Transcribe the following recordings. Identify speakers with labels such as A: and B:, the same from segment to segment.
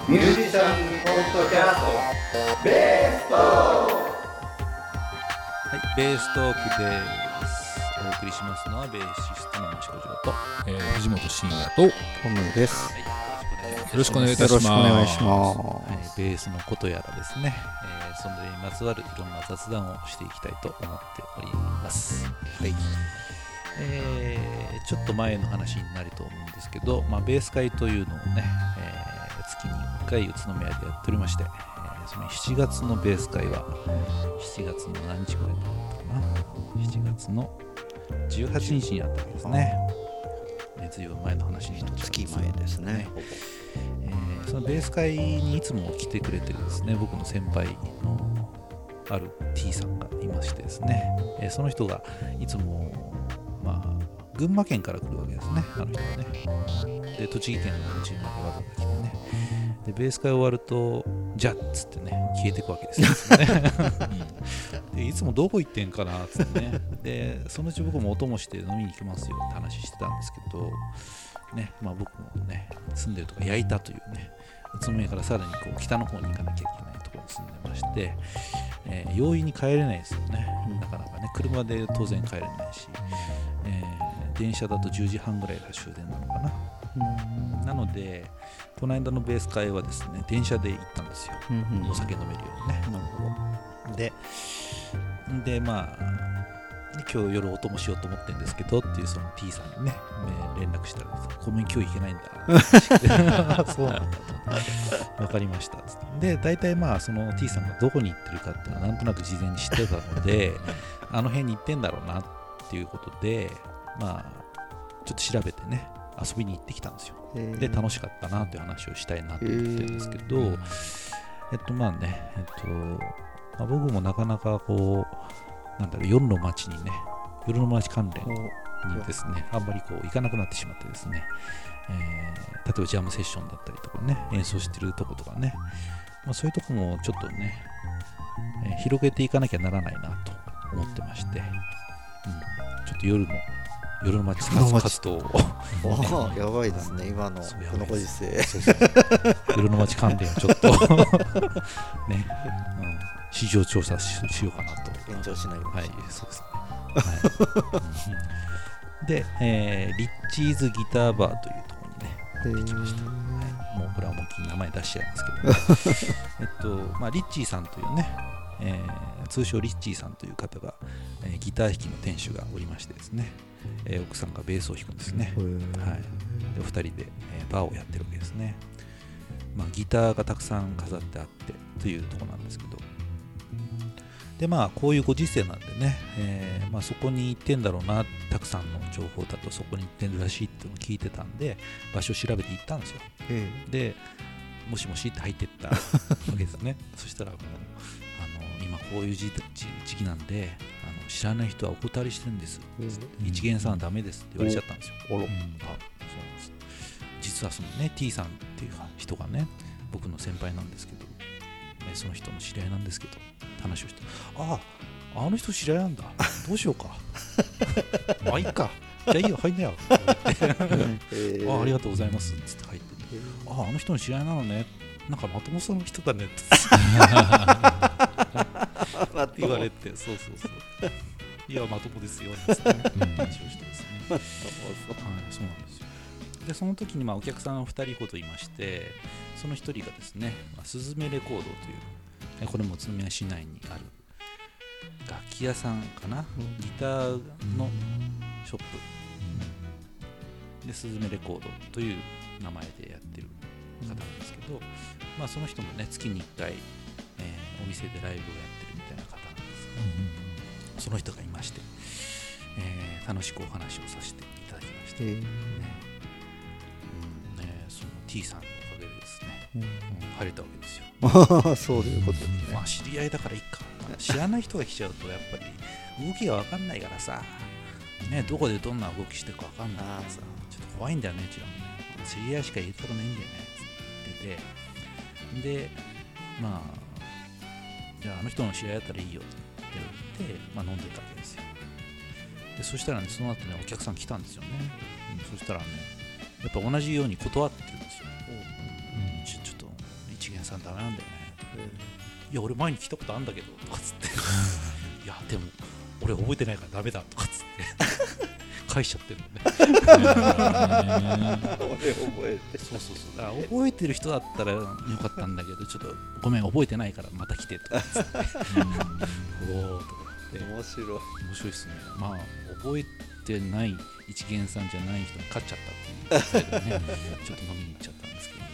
A: ミュージシャンポッドキャストベーストーク。
B: はい、ベーストークです。お送りしますのはベーシストの益子城と、
C: 藤本慎也と
D: トムです。
B: はい、
C: よろしくお願いいたします。
B: はい、ベースのことやらですね、それにまつわるいろんな雑談をしていきたいと思っております。はい。ちょっと前の話になると思うんですけど、ベース会というのをね、月に1回宇都宮でやっておりまして、その7月のベース会は7月の何日くらいだったかな、7月の18日にあったわけですね。ずいぶん前の話になっちゃうんです
D: 月前ですね。
B: そのベース会にいつも来てくれてるですね、僕の先輩のある T さんがいましてですね、その人がいつも群馬県から来るわけですね、あの人はね。で、栃木県のうちまでわざわざ来てね。で、ベース会終わると、じゃっつってね、消えていくわけですよね。で、いつもどこ行ってんかなっつってね。で、そのうち僕もお供して飲みに行きますよって話してたんですけど、ね、僕もね、住んでるとか矢板というね、宇都宮からさらにこう北の方に行かなきゃいけないところに住んでまして、容易に帰れないですよね。なかなかね、車で当然帰れないし、電車だと10時半ぐらいが終電なのかな。なのでこの間のベース会はですね、電車で行ったんですよ、お酒飲めるようにね。
D: なるほど。
B: で今日夜お供しようと思ってるんですけどっていうその T さんにね、連絡したら、ごめん今日行けないんだそうなんだと分かりましたつって。で、大体その T さんがどこに行ってるかっていうのはなんとなく事前に知ってたのであの辺に行ってんだろうなっていうことで、ちょっと調べてね、遊びに行ってきたんですよ。で、楽しかったなという話をしたいなと思ってるんですけど、僕もなかなかこう夜の街にね、夜の街関連にですね、あんまりこう行かなくなってしまってですね、例えばジャムセッションだったりとかね、演奏してるとことかね、そういうとこもちょっとね、広げていかなきゃならないなと思ってまして、ちょっと夜の街活動を
D: やばいですね、今のこのご時世。
B: 夜の街関連をちょっとね、市場調査 しようかなと。
D: 炎上しないように。
B: はい、そうですね。で、リッチーズギターバーというところにね、行ってきました。もうこれはもう名前出しちゃいますけど、リッチーさんというね、通称リッチーさんという方が、ギター弾きの店主がおりましてですね、奥さんがベースを弾くんですね。でお二人で、バーをやってるわけですね。ギターがたくさん飾ってあってというところなんですけど、でこういうご時世なんでね、そこに行ってんだろうな、たくさんの情報だとそこに行ってるらしいってのを聞いてたんで、場所を調べて行ったんですよ。で、もしもしって入ってったわけですね。そしたらもう今こういう時期なんで知らない人はお断りしてるんです、一元さんはダメですって言われちゃったんですよ。そうなんです。実はそのね T さんっていう人がね、僕の先輩なんですけど、その人の知り合いなんですけどって話をして、あの人知り合いなんだ、どうしようかいいか、じゃあいいよ入んなよって言ってありがとうございますっつって入って、あの人の知り合いなのね、なんかまともそうな人だねって言われて、そういやまともですよって話をしてですねそうなんですよ。でその時にお客さん2人ほどいまして、その1人がですね、スズメレコードという、これも宇都宮市内にある楽器屋さんかな、ギターのショップでスズメレコードという名前でやってる方なんですけど、その人もね月に1回、お店でライブをやってるみたいな方なんですが、その人がいまして、楽しくお話をさせていただきました。その T さんのおかげでですね、入れたわけですよ。
D: そういうことですね。
B: 知り合いだからいいか、知らない人が来ちゃうとやっぱり動きが分かんないからさ、どこでどんな動きしてるか分かんないからさ、ちょっと怖いんだよね、うちらもね。知り合いしか入れたくないんだよねって言ってて、でじゃああの人の知り合いだったらいいよって言って、飲んでたわけですよ。でそしたらね、その後ね、お客さん来たんですよね。そしたらね、やっぱ同じように断ってるんですよ。ちょっとダメなんだよね。いや俺前に来たことあるんだけどとかつっていやでも俺覚えてないからダメだとかつって返しちゃってるのね
D: 俺覚えて
B: そうだから覚えてる人だったらよかったんだけどちょっとごめん覚えてないからまた来てとかつっておーとかって
D: 面白い。
B: 面白いですね。まあ覚えてない一元さんじゃない人に勝っちゃったっていうことでねちょっと飲みに行っちゃったんですけどね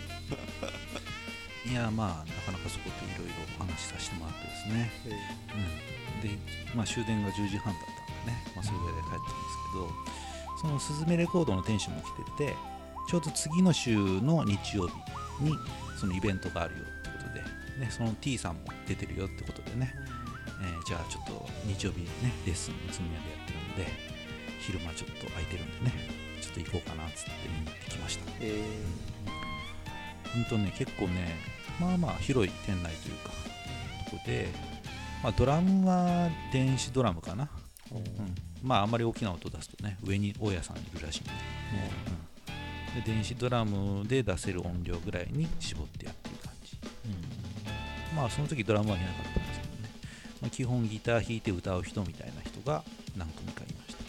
B: いやまあなかなかそこといろいろお話しさせてもらってですね、で、まあ、終電が10時半だったんでね、まあ、それぐらいで帰ったんですけどそのスズメレコードの店主も来ててちょうど次の週の日曜日にそのイベントがあるよってことで、ね、その T さんも出てるよってことでね、じゃあちょっと日曜日ねレッスン宇都宮でやってるんで昼間ちょっと空いてるんでねちょっと行こうかなっつって見に行ってきました。ほんとね結構ねまあまあ広い店内というかとこで、まあ、ドラムは電子ドラムかな、まああんまり大きな音出すとね上に大家さんいるらしいんで、で電子ドラムで出せる音量ぐらいに絞ってやってる感じ、まあその時ドラムはいなかったんですけどね、まあ、基本ギター弾いて歌う人みたいな人が何組かいました、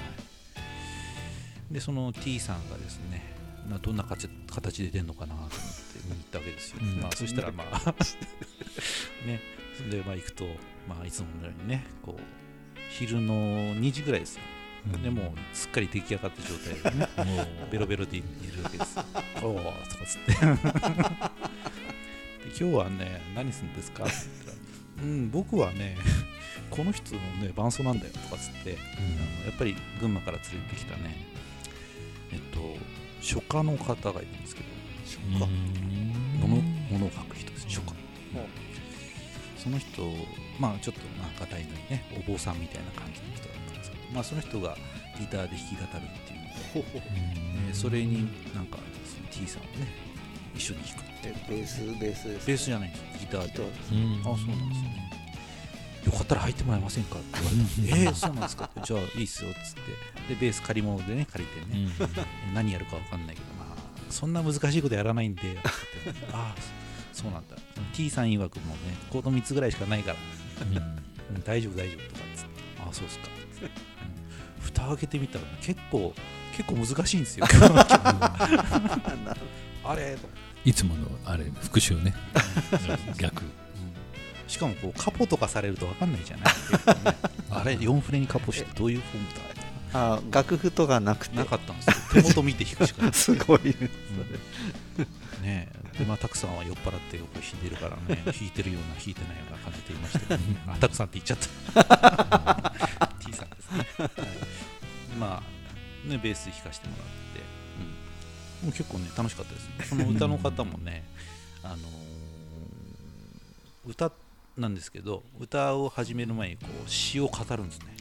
B: でその T さんがですねどんな形で出るのかなと思って見に行ったわけですよ、まあそしたらまあねそれでまあ行くと、まあ、いつものようにねこう昼の2時ぐらいですよ、でもうすっかり出来上がった状態でねベロベロでいるわけですよおーとかつってで今日はね何するんですかって言ったら僕はねこの人のね伴奏なんだよとかつって、やっぱり群馬から連れてきたね書家の方がいるんですけど物を書く人です書家、その人まあちょっとなんか大のにねお坊さんみたいな感じの人だったんですけど、まあその人がギターで弾き語るっていうので、それになんかその T さんをね一緒に弾く
D: ベースです
B: ベースじゃないんですギターで、あそうなんですね、よかったら入ってもらえませんかって言われたそうなんですかじゃあいいっすよっつってでベース借り物でね借りてね、何やるか分かんないけどまあそんな難しいことやらないんでああそうなんだ T さん曰くもねコード3つぐらいしかないから、大丈夫とかっつってああそうっすか、蓋開けてみたら、ね、結構難しいんですよあれ
C: いつものあれ復習ね逆
B: しかもこうカポとかされると分かんないじゃない、ね、あれ4フレにカポしてどういうフォームだ
D: 楽譜とかなくて
B: なかったんですよ手元見て弾くしかない
D: すごい
B: ねでまあたくさんは酔っ払ってよく弾いてるからね弾いてるような弾いてないような感じでいましたけど、ね、たくさんって言っちゃった T さんですね、まあねベース弾かせてもらって、もう結構ね楽しかったです。その歌の方もね歌なんですけど歌を始める前にこう詩を語るんですね。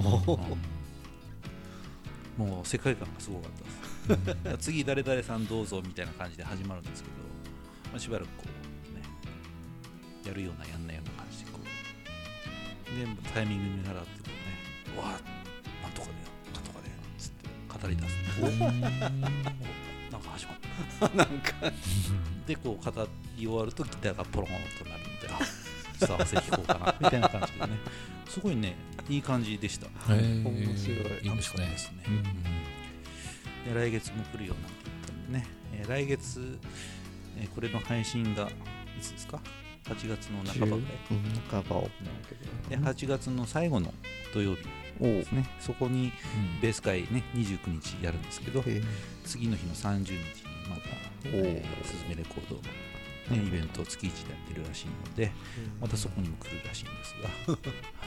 B: もう世界観がすごかったです次誰々さんどうぞみたいな感じで始まるんですけど、まあ、しばらくこうねやるようなやんないような感じでこうでタイミングに習ってこうねわあなんとかだよなんとかだよつって語り出すなんか始まったなんかでこう語り終わるとギターがポロンとなるんでちょっと合わせ弾こうかなみたいな感じでねすごいねいい感じでした。
D: 面白い
B: 楽しかったですね。で来月も来るようなんて言ったんでね、来月、これの配信がいつですか8月の半ばぐらい、
D: 半ばを
B: で8月の最後の土曜日ですね、そこにベース会ね29日やるんですけど、次の日の30日にまたスズメレコードね、イベントを月1でやってるらしいので、またそこにも来るらしいんですが、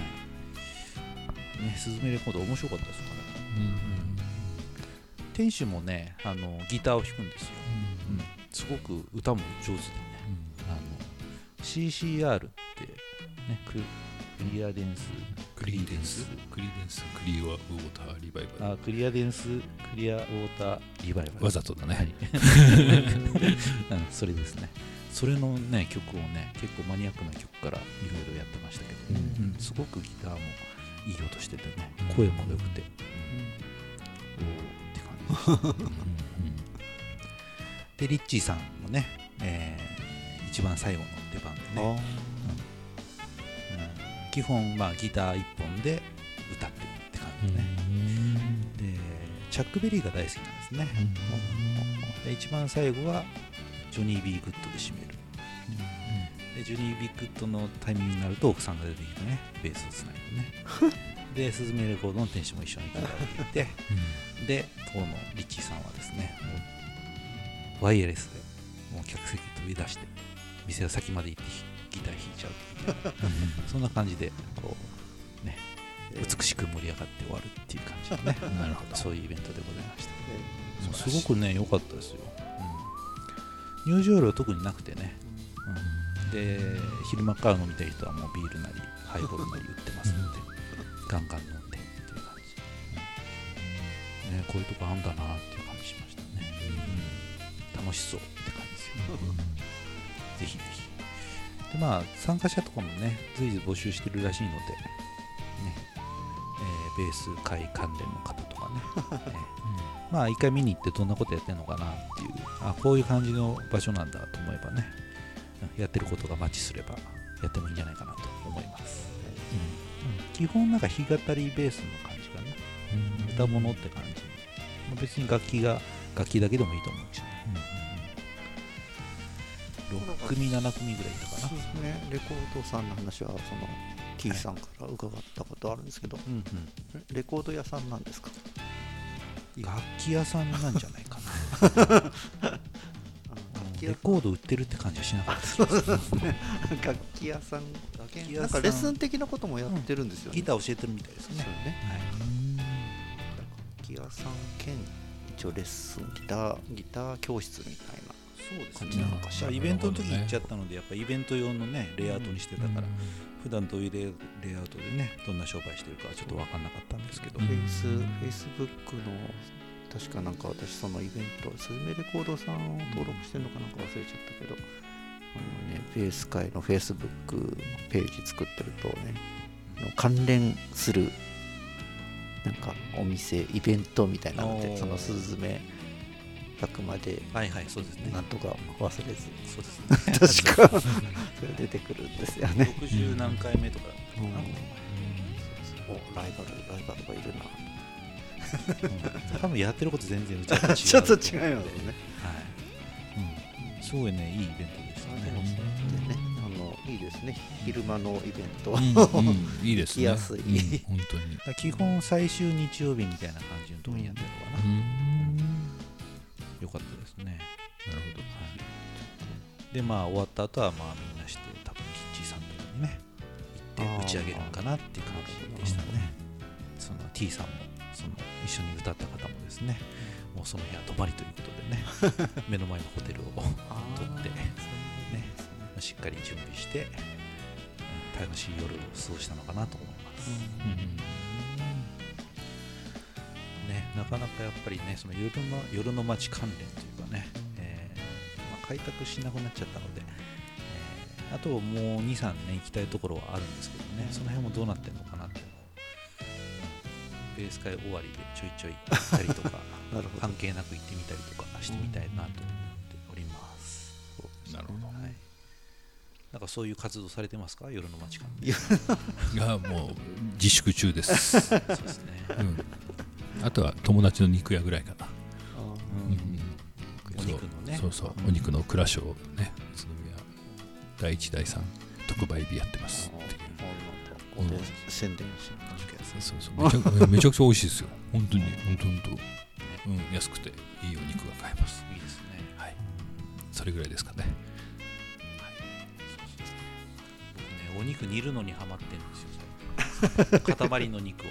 B: はいね、スズメレコード面白かったですからね、店主もねギターを弾くんですよ、すごく歌も上手でね、CCR って、ね、クリアデンス
C: クリアウォーターリバイバル
B: クリアデンスクリアウォーターリバイバル
C: わざとだね、はい
B: それですね。それのね曲をね結構マニアックな曲からいろいろやってましたけど、すごくギターもいい音しててね、声も良くて、おーって感じでした。でリッチーさんもね、1 一番最後の出番で
D: あ
B: ね、基本まあギター1本で歌ってるって感じでね、でチャック・ベリーが大好きなんですね、で一番最後はジョニー・ビー・グッドで締める、でジョニー・ビー・グッドのタイミングになると奥さんが出てきてねベースをつないでねでスズメレコードの店主も一緒にギターを弾いてで当のリッチーさんはですねもうワイヤレスでもう客席飛び出して店の先まで行ってギター弾いちゃうみたいなそんな感じでこうね美しく盛り上がって終わるっていう感じのね
C: なるほど。
B: そういうイベントでございました。もうすごくね良かったですよ、入場料は特になくてね、で昼間から飲みたい人はもうビールなりハイボールなり売ってますので、ガンガン飲んでっていう感じ、ね、こういうとこあんだなっていう感じしましたね、楽しそうって感じですよ、ぜひぜひでまあ参加者とかもね随時募集してるらしいのでね、ベース会関連の方とかね、まあ一回見に行ってどんなことやってるのかなっていうこういう感じの場所なんだと思えばねやってることがマッチすればやってもいいんじゃないかなと思います、基本なんか弾き語りベースの感じかな、歌物って感じ、別に楽器だけでもいいと思うしね、6組7組ぐらいいたかな。
D: そうですね、レコードさんの話はその T さんから伺ったことあるんですけど、レコード屋さんなんですか？
B: 楽器屋さんなんじゃないかなレコード売ってるって感じはしなかったですね
D: 楽器屋さんなんかレッスン的なこともやってるんですよね、
B: ギター教えてるみたいですね、
D: 楽器屋さん兼一応レッスンギター教室みたいな感じなのかしら、
B: イベントの時に行っちゃったのでやっぱイベント用のねレイアウトにしてたから、普段どういうレイアウトでねどんな商売してるかはちょっと分かんなかったんですけど、
D: フェイスブックの確かなんか私そのイベントスズメレコードさんを登録してるのかなんか忘れちゃったけど、ベース界のフェイスブックのページ作ってるとね、関連するなんかお店イベントみたいなのでそのスズメ100まで
B: そうですね、
D: なんとか忘れず、
B: そうですね
D: 確かそれ出てくるんですよね。
B: 60何回目とかだったかな、
D: ライバルがいるな
B: 多分やってること全然うちは違う
D: ちょっと違いますね、
B: すごいねいいイベントでしたね。
D: いいですね、昼間のイベント、
C: いいですね、
D: 来やすい、
C: 本当に
B: 基本最終日曜日みたいな感じのところにやってるのかな、よかったですね。なるほど、でまあ終わった後はまあみんなして多分キッチーさんとかにね行って打ち上げるのかなっていう感じでしたね。その T さんもその一緒に歌った方もですね、もうその部屋泊まりということでね目の前のホテルを取ってねしっかり準備して、楽しい夜を過ごしたのかなと思います、なかなかやっぱりねその夜の街関連というかね、開拓しなくなっちゃったので、あともう 2,3 年行きたいところはあるんですけどね、その辺もどうなってるのかなっていうのを、ベース会終わりでちょいちょい行ったりとか関係なく行ってみたりとかしてみたいなと思っております。
C: なるほど、
B: なんかそういう活動されてますか、夜の街関
C: 連。いやもう自粛中です。そう
B: ですね、
C: あとは友達の肉屋ぐらいかな。
B: お肉のね、
C: お肉の蔵賞ね、宇都宮第1第3特売日やってますっていう。
D: ここで宣伝し
C: めちゃくちゃ美味しいですよ。本当に安くていいお肉が買えます。
B: いいですね。
C: はい。それぐらいですかね。
B: 僕ねお肉煮るのにハマってるんですよ。塊の肉をね。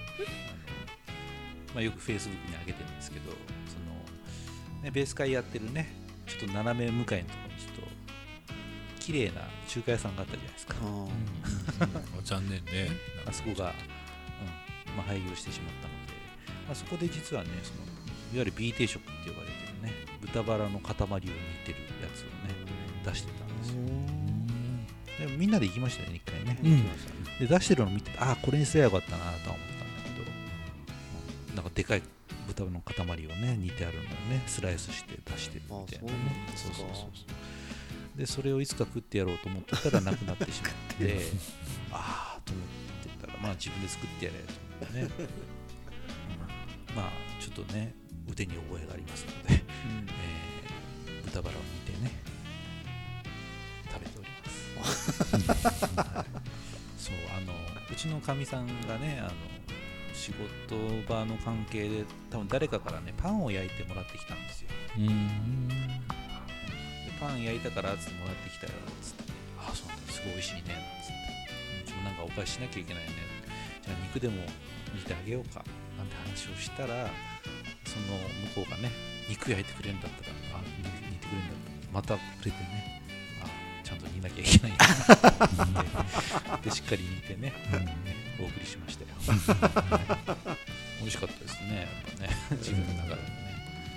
B: よくフェイスブックに上げてるんですけど、ベース会やってるね、ちょっと斜め向かいのところにちょっと綺麗な中華屋さんがあったじゃないですか。
C: 残念ね。
B: あそこが、廃業してしまったので、そこで実はね、いわゆる B 定食って呼ばれてるね、豚バラの塊を煮てるやつをね、出してたんですよ。でもみんなで行きましたよね、一回ね。で出してるのを見て、これにすればよかったなとは思ったんだけど、なんかでかい豚の塊をね煮てあるのをねスライスして出してるみたいなね。 でそれをいつか食ってやろうと思ってたらなくなってしまってああと思ってたらまあ自分で作ってやれと思ってね、まあちょっとね腕に覚えがありますので、豚バラを煮てね食べております、はい、そううちのかみさんがね仕事場の関係で多分誰かからねパンを焼いてもらってきたんですよ。パン焼いたからっつってもらってきたよっつって、ああそうなんだすごい美味しいねなんつって、うちもなんかお返ししなきゃいけないね、じゃあ肉でも煮てあげようかなんて話をしたら、その向こうがね肉焼いてくれるんだったら煮てくれるんだったらまたくれてね、あちゃんと煮なきゃいけないなでしっかり煮てね、お送りしましたよ美味しかったですねやっぱね自分の中でもね、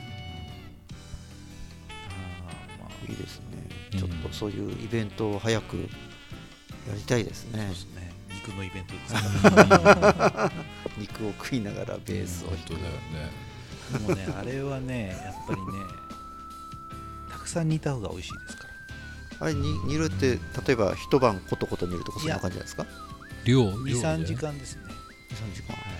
D: いいですね、ちょっとそういうイベントを早くやりたいですね。
B: そうですね、肉のイベントですから
D: 肉を食いながらベースを弾く、
C: だよね。
B: でもねあれはねやっぱりねたくさん煮た方が美味しいですから。
D: あれに煮るって例えば一晩コトコト煮るとかそんな感じじゃないですか。
C: 量
B: 2,3 時間ですね。
D: 2,3 時間、
B: はい、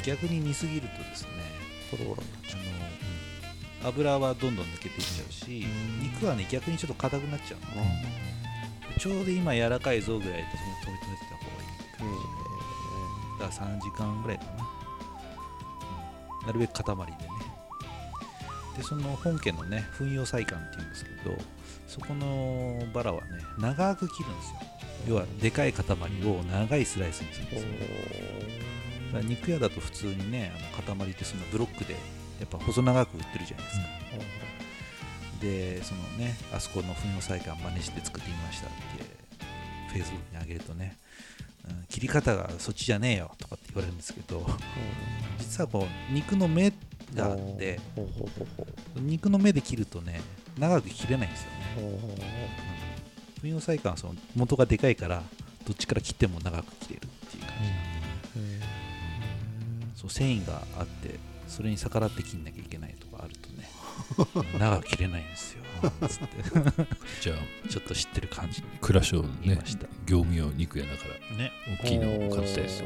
B: 逆に煮すぎるとですね
D: ポロポロになっちゃう。
B: 油はどんどん抜けていっちゃうし、肉はね逆にちょっと硬くなっちゃうのね、ちょうど今柔らかいぞぐらいでその止めてた方がいい感じ、だから3時間ぐらいかな、なるべく塊でね。でその本家のね糞葉菜館っていうんですけど、そこのバラはね長く切るんですよ。要はでかい塊を長いスライスにするんですよ。だから肉屋だと普通にね塊ってそのブロックでやっぱ細長く売ってるじゃないですか、でそのねあそこの糞葉菜館真似して作ってみましたってフェイスブックに上げるとね、切り方がそっちじゃねえよとかって言われるんですけど、実はこう肉の目があって肉の目で切るとね長く切れないんですよね。糞葉菜館はその元がでかいからどっちから切っても長く切れるっていう感じ、そう繊維があってそれに逆らって切んなきゃいけないとかあるとね長く切れないんですよつって
C: じゃあ
B: ちょっと知ってる感じに
C: 暮らしをね
B: 言いました、
C: 業務用肉屋だから
B: ね
C: 大きいのを買って
D: そう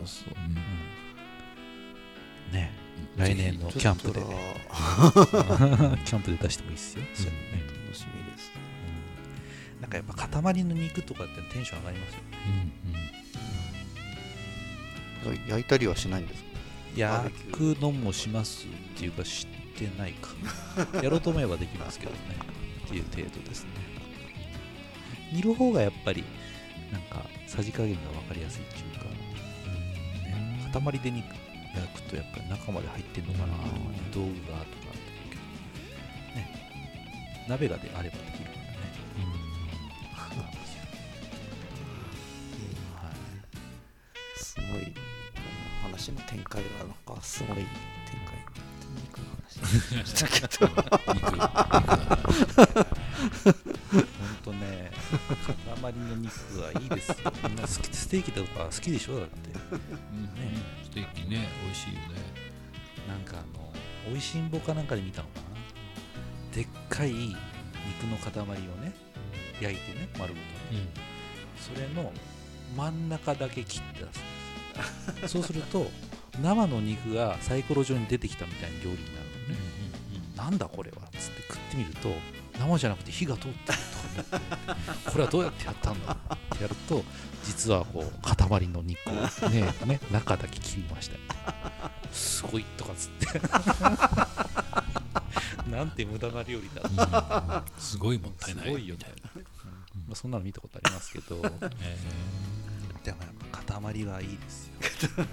B: ね来年のキャンプで
D: ちょっと
B: キャンプで出してもいいですよ、そういうのね、
D: 楽しみです。
B: なんかやっぱ塊の肉とかってテンション上がりますよね、
D: 焼いたりはしないんですか。
B: 焼くのもしますっていうか知ってないかやろうと思えばできますけどねっていう程度ですね。煮る方がやっぱりなんかさじ加減が分かりやすいっていうか、ね、塊で肉焼くとやっぱり中まで入ってんのかな、道具がとかあると思うけどね、鍋がであればできるからね、
D: すごい話の展開がなんかすごい展開になって肉の話でしたけど
B: ほんとね塊の肉はいいですよ。みんな好きステーキとか好きでしょだって、
C: ステーキね美味しいよね。
B: なんかおいしんぼかなんかで見たのかな、でっかい肉の塊をね焼いてね丸ごとね、それの真ん中だけ切って出すんですそうすると生の肉がサイコロ状に出てきたみたいな料理になるのね、なんだこれはっつって食ってみると生じゃなくて火が通ってるとかってこれはどうやってやったんだってやると実はこう塊の肉をね中だけ切りましたすごいとかつってなんて無駄な料理だ
C: すごいもったいない
B: すごいよね、まあ、そんなの見たことありますけど、でもやっぱ塊はいいですよ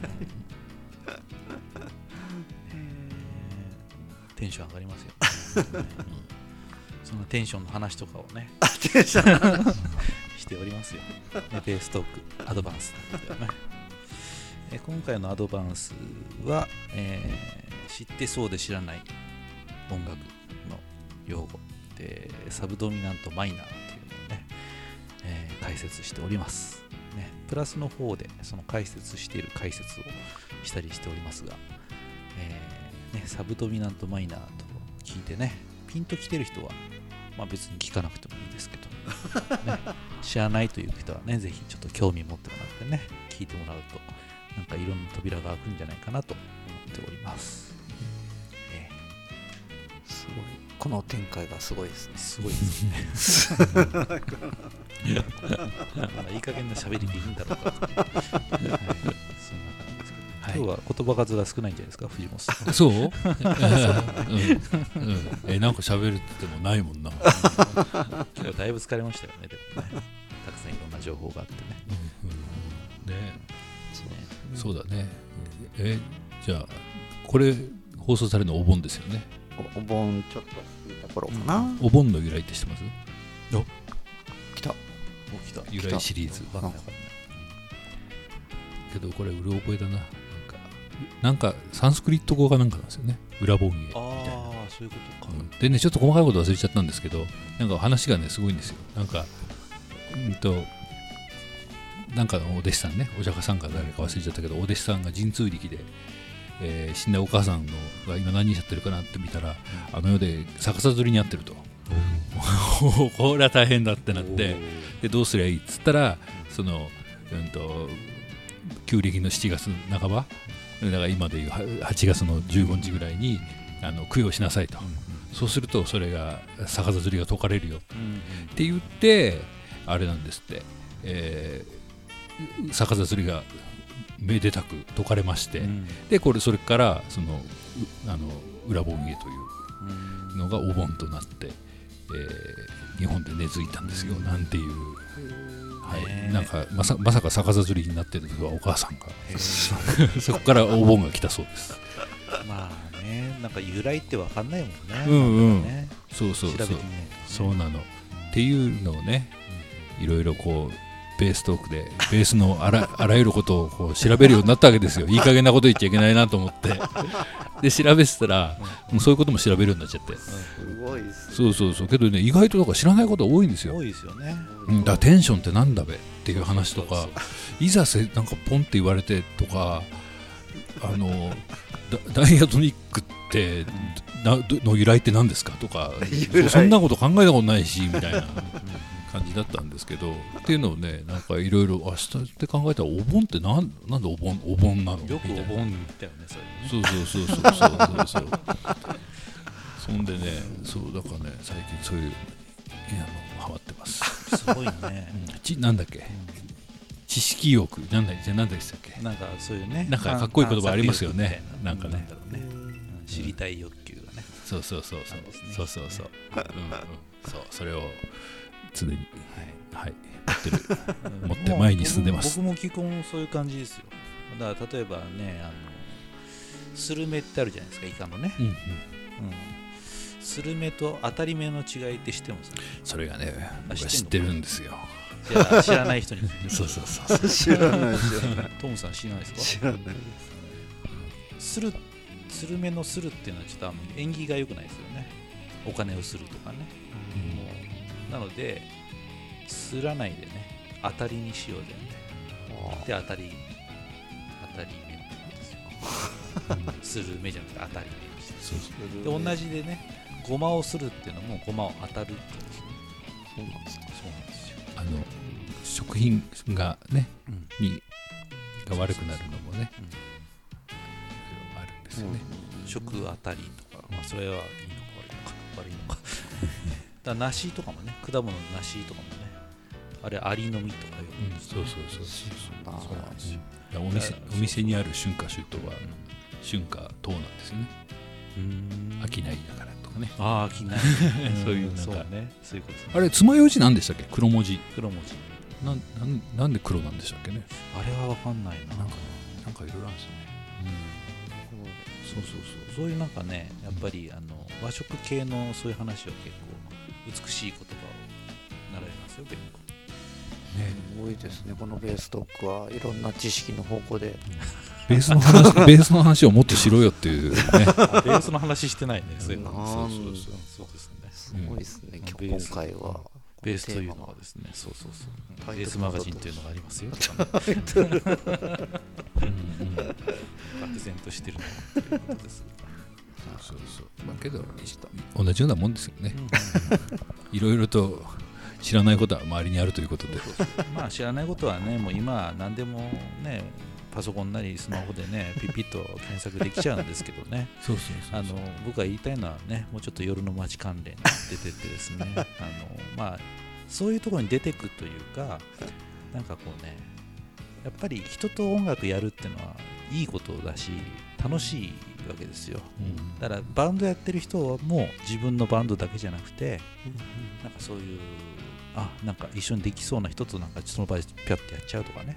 B: テンション上がりますよ、そのテンションの話とかをねしておりますよ、ね、ベーストークアドバンスなんだよね今回のアドバンスは、知ってそうで知らない音楽の用語でサブドミナントマイナーというのをね、解説しております、ね、プラスの方でその解説している解説をしたりしておりますが、ね、サブドミナントマイナーと聞いてねピンときてる人はまあ、別に聞かなくてもいいですけど、ね、知らないという人はねぜひちょっと興味持ってもらってね聞いてもらうとなんかいろんな扉が開くんじゃないかなと思っております。
D: すごいこの展開がすごいですね。
B: すごいですね。まあいい加減な喋りでいいんだろうかと、はい、そんな感じですけど、はい、今日は言葉数が少ないんじゃないですか藤本さん。
C: そう、なんか喋るって言ってもないもんな。
B: 今日はだいぶ疲れましたよね。でもねたくさんいろんな情報があってね。
C: そうだね。じゃあこれ放送されるのお盆ですよね。
D: お盆ちょっと言った頃かな。
C: お盆の由来って知ってます？
D: 来た
C: 由来シリーズ。けどこれうろ覚えだな。なんかサンスクリット語がなんかなんですよね。裏盆芸みたいな。
B: そういうことか。
C: でねちょっと細かいこと忘れちゃったんですけど、なんか話がねすごいんですよ。なんかなんかのお弟子さんね、お釈迦さんか誰か忘れちゃったけど、お弟子さんが神通力で、死んだお母さんのが今何しちゃってるかなって見たら、あの世で逆さ吊りにあってると。これは大変だってなって、でどうすりゃいいっつったら、その旧暦の7月半ば、だから今でいう8月の15日ぐらいに供養しなさいと、そうするとそれが逆さ吊りが解かれるよって言ってあれなんですって、逆さ吊りがめでたく解かれまして、でそれからその裏盆芸というのがお盆となって、日本で根付いたんですよ、なんていう。はい、なんかまさか逆さ吊りになってるのはお母さんがそこからお盆が来たそうです。
B: まあね、なんか由来って分かんないもんね。
C: そう
B: 調べてみないとね。
C: そうなのっていうのをね、いろいろこうベーストークでベースのあらゆることをこう調べるようになったわけですよ。いい加減なこと言っちゃいけないなと思ってで調べてたら、もうそういうことも調べるようになっちゃって、
D: すごいです
C: ね。そうけどね、意外とだから知らないことが多いんですよ。
B: 多いですよね。
C: だからテンションってなんだべっていう話とか、いざなんかポンって言われてとか、ダイアトニックっての由来って何ですかとか、そんなこと考えたことないしみたいな感じだったんですけど、っていうのをね、なんかいろいろ明日って考えたら、お盆ってなんでお盆なの？
B: よくお盆に言ったよね、それね。
C: そうそんでね、そうだからね、最近そういうハマってます。
B: すごいね。
C: なんだっけ、知識欲なんでしたっけ。
B: なんかそういうね、
C: なんかかっこいい言葉ありますよね。なんかね、知りたい欲求がね。そう、それを常に持って前に進んでます。
B: 僕も基本そういう感じですよ。だから例えばね、スルメってあるじゃないですか、イカのね。スルメと当たり目の違いって知ってます？
C: それがね、僕は知ってるんですよ。
B: 知らない人に。
C: そう
D: 知らないですよ。
B: トムさん知らないですか？
D: 知らないです。
B: スルメのするっていうのはちょっと縁起が良くないですよね。お金をするとかね。なので、すらないでね、当たりにしようぜみたいな。で、当たり目なんですよ。する目じゃなくて当たり目にして。で、同じでね、ごまをするっていうのもごまを当たるっていうんですよ。
D: そうなんですか。
B: そうなんですよ。
C: 食品がね、が悪くなるのもね、あるんですよね。
B: 食当たりとか、それはいいのか悪いのか。だ梨とかもね、果物の梨とかもね、あれアリの実とかよく。
C: そうなんですよ。お店にある春夏秋冬は春夏冬なんですよね。商いだからとかね。
B: 商い。
C: そういう
B: そうね、そういうことですね。
C: あれ爪楊枝なんでしたっけ？黒文字。なんで黒なんでしたっけね。
B: あれは分かんないな。
C: なんかいろいろあるんですよね。
B: そういうなんかね、やっぱり和食系のそういう話は結構美しい言葉を習いますよ、結構。
D: すごいですね。このベーストークはいろんな知識の方向で
C: ベースの話をもっとしろよっていうね。
B: ベースの話してないね。そうですね。
D: すごいですね。今回は
B: ベースというのはですね、そうベースマガジンというのがありますよ。漠然としてるのということです。
C: そうまあけど同じようなもんですよね。いろいろと知らないことは周りにあるということで。
B: まあ知らないことはね、もう今は何でもね、パソコンなりスマホでねピピッと検索できちゃうんですけどね。
C: そう
B: 僕が言いたいのはね、もうちょっと夜の街関連に出てってですねまあそういうところに出てくというか、なんかこうね、やっぱり人と音楽やるっていうのはいいことだし楽しいわけですよ、だからバンドやってる人はもう自分のバンドだけじゃなくて、なんかそういうなんか一緒にできそうな人となんかその場でピャッてやっちゃうとかね。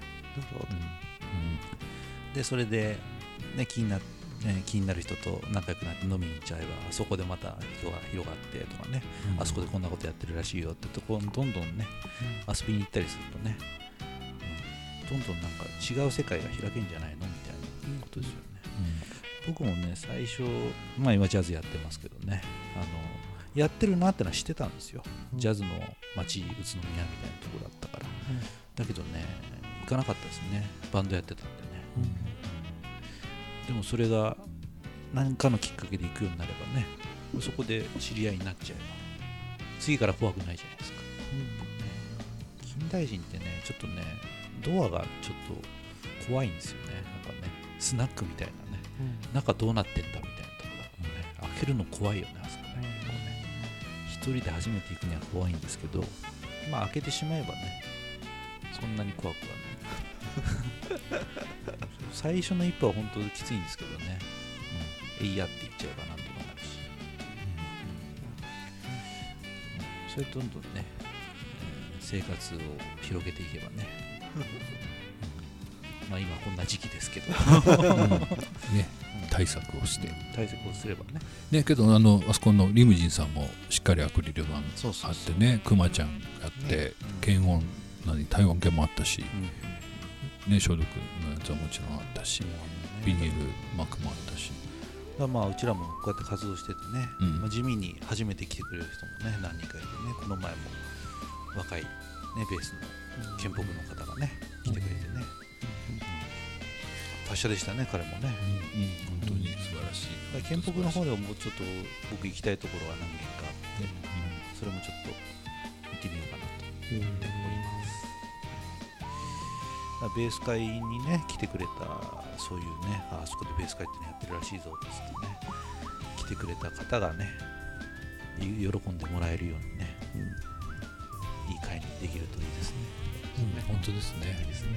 B: でそれで、ね、気になる人と仲良くなって飲みに行っちゃえば、そこでまた人が広がってとかね、あそこでこんなことやってるらしいよってとこどんどんね、遊びに行ったりするとね、どんどんなんか違う世界が開けんじゃないのみたいなことですよね。僕もね最初、まあ今ジャズやってますけどね、やってるなってのは知ってたんですよ、ジャズの街宇都宮みたいなところだったから、だけどね行かなかったですね、バンドやってたんでね、でもそれが何かのきっかけで行くようになればね、そこで知り合いになっちゃえば次から怖くないじゃないですか、近代人ってねちょっとねドアがちょっと怖いんですよね、なんかねスナックみたいなね、中どうなってんだみたいなところだからね、開けるの怖いよね、あそこね、一人で初めて行くには怖いんですけど、まあ開けてしまえばねそんなに怖くはない最初の一歩は本当にきついんですけどね、えいやって言っちゃえばなんとかなるし、それどんどんね、生活を広げていけばねまあ今こんな時期ですけど
C: ね、対策をして
B: 対策をすればね。
C: ね、けどあそこのリムジンさんもしっかりアクリル板あってね、クマちゃんやって、検温体温計もあったし、ね、消毒のやつはもちろんあったし、ビニール膜もあったし、
B: まあうちらもこうやって活動しててね、まあ、地味に初めて来てくれる人もね何人かいてね、この前も若い、ね、ベースの県北の方がね来てくれてね、達者でしたね彼もね、
C: 本当に素晴らしい。
B: 県北の方でももうちょっと僕行きたいところが何軒かあって、それもちょっと行ってみようかなと思っております。ベース会にね来てくれた、そういうね、あそこでベース会ってのやってるらしいぞですってね来てくれた方がね喜んでもらえるようにね、いい会にできるといいですね。
C: 本当ですね。
B: いいですね、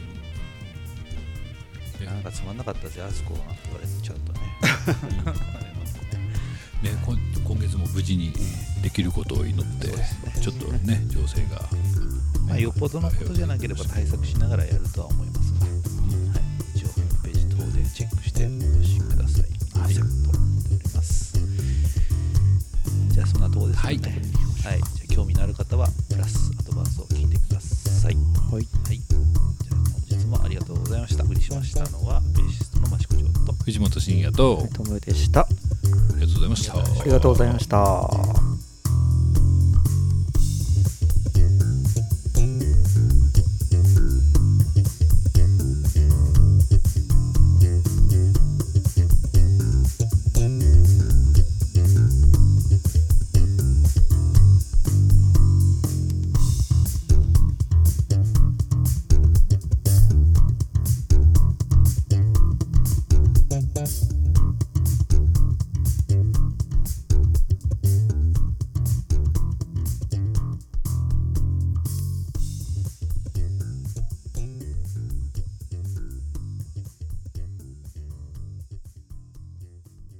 B: 本当に。なんかつまんなかったぜあそこなんて言われちゃうとね
C: ね、今月も無事にできることを祈って、ちょっとね情勢が、
B: まあ、よっぽどのことじゃなければ対策しながらやるとは思いますが、一応ホームページ等でチェックしてお越しください。と思っております。じゃあそんなところですね。じゃあ興味のある方はプラスアドバンスを聞いてください。じゃあ本日もありがとうございました。お送りしましたのはベーシストの益子城と
C: 藤本慎也と
D: トムでした。
C: ありがとうございました。
D: ありがとうございました。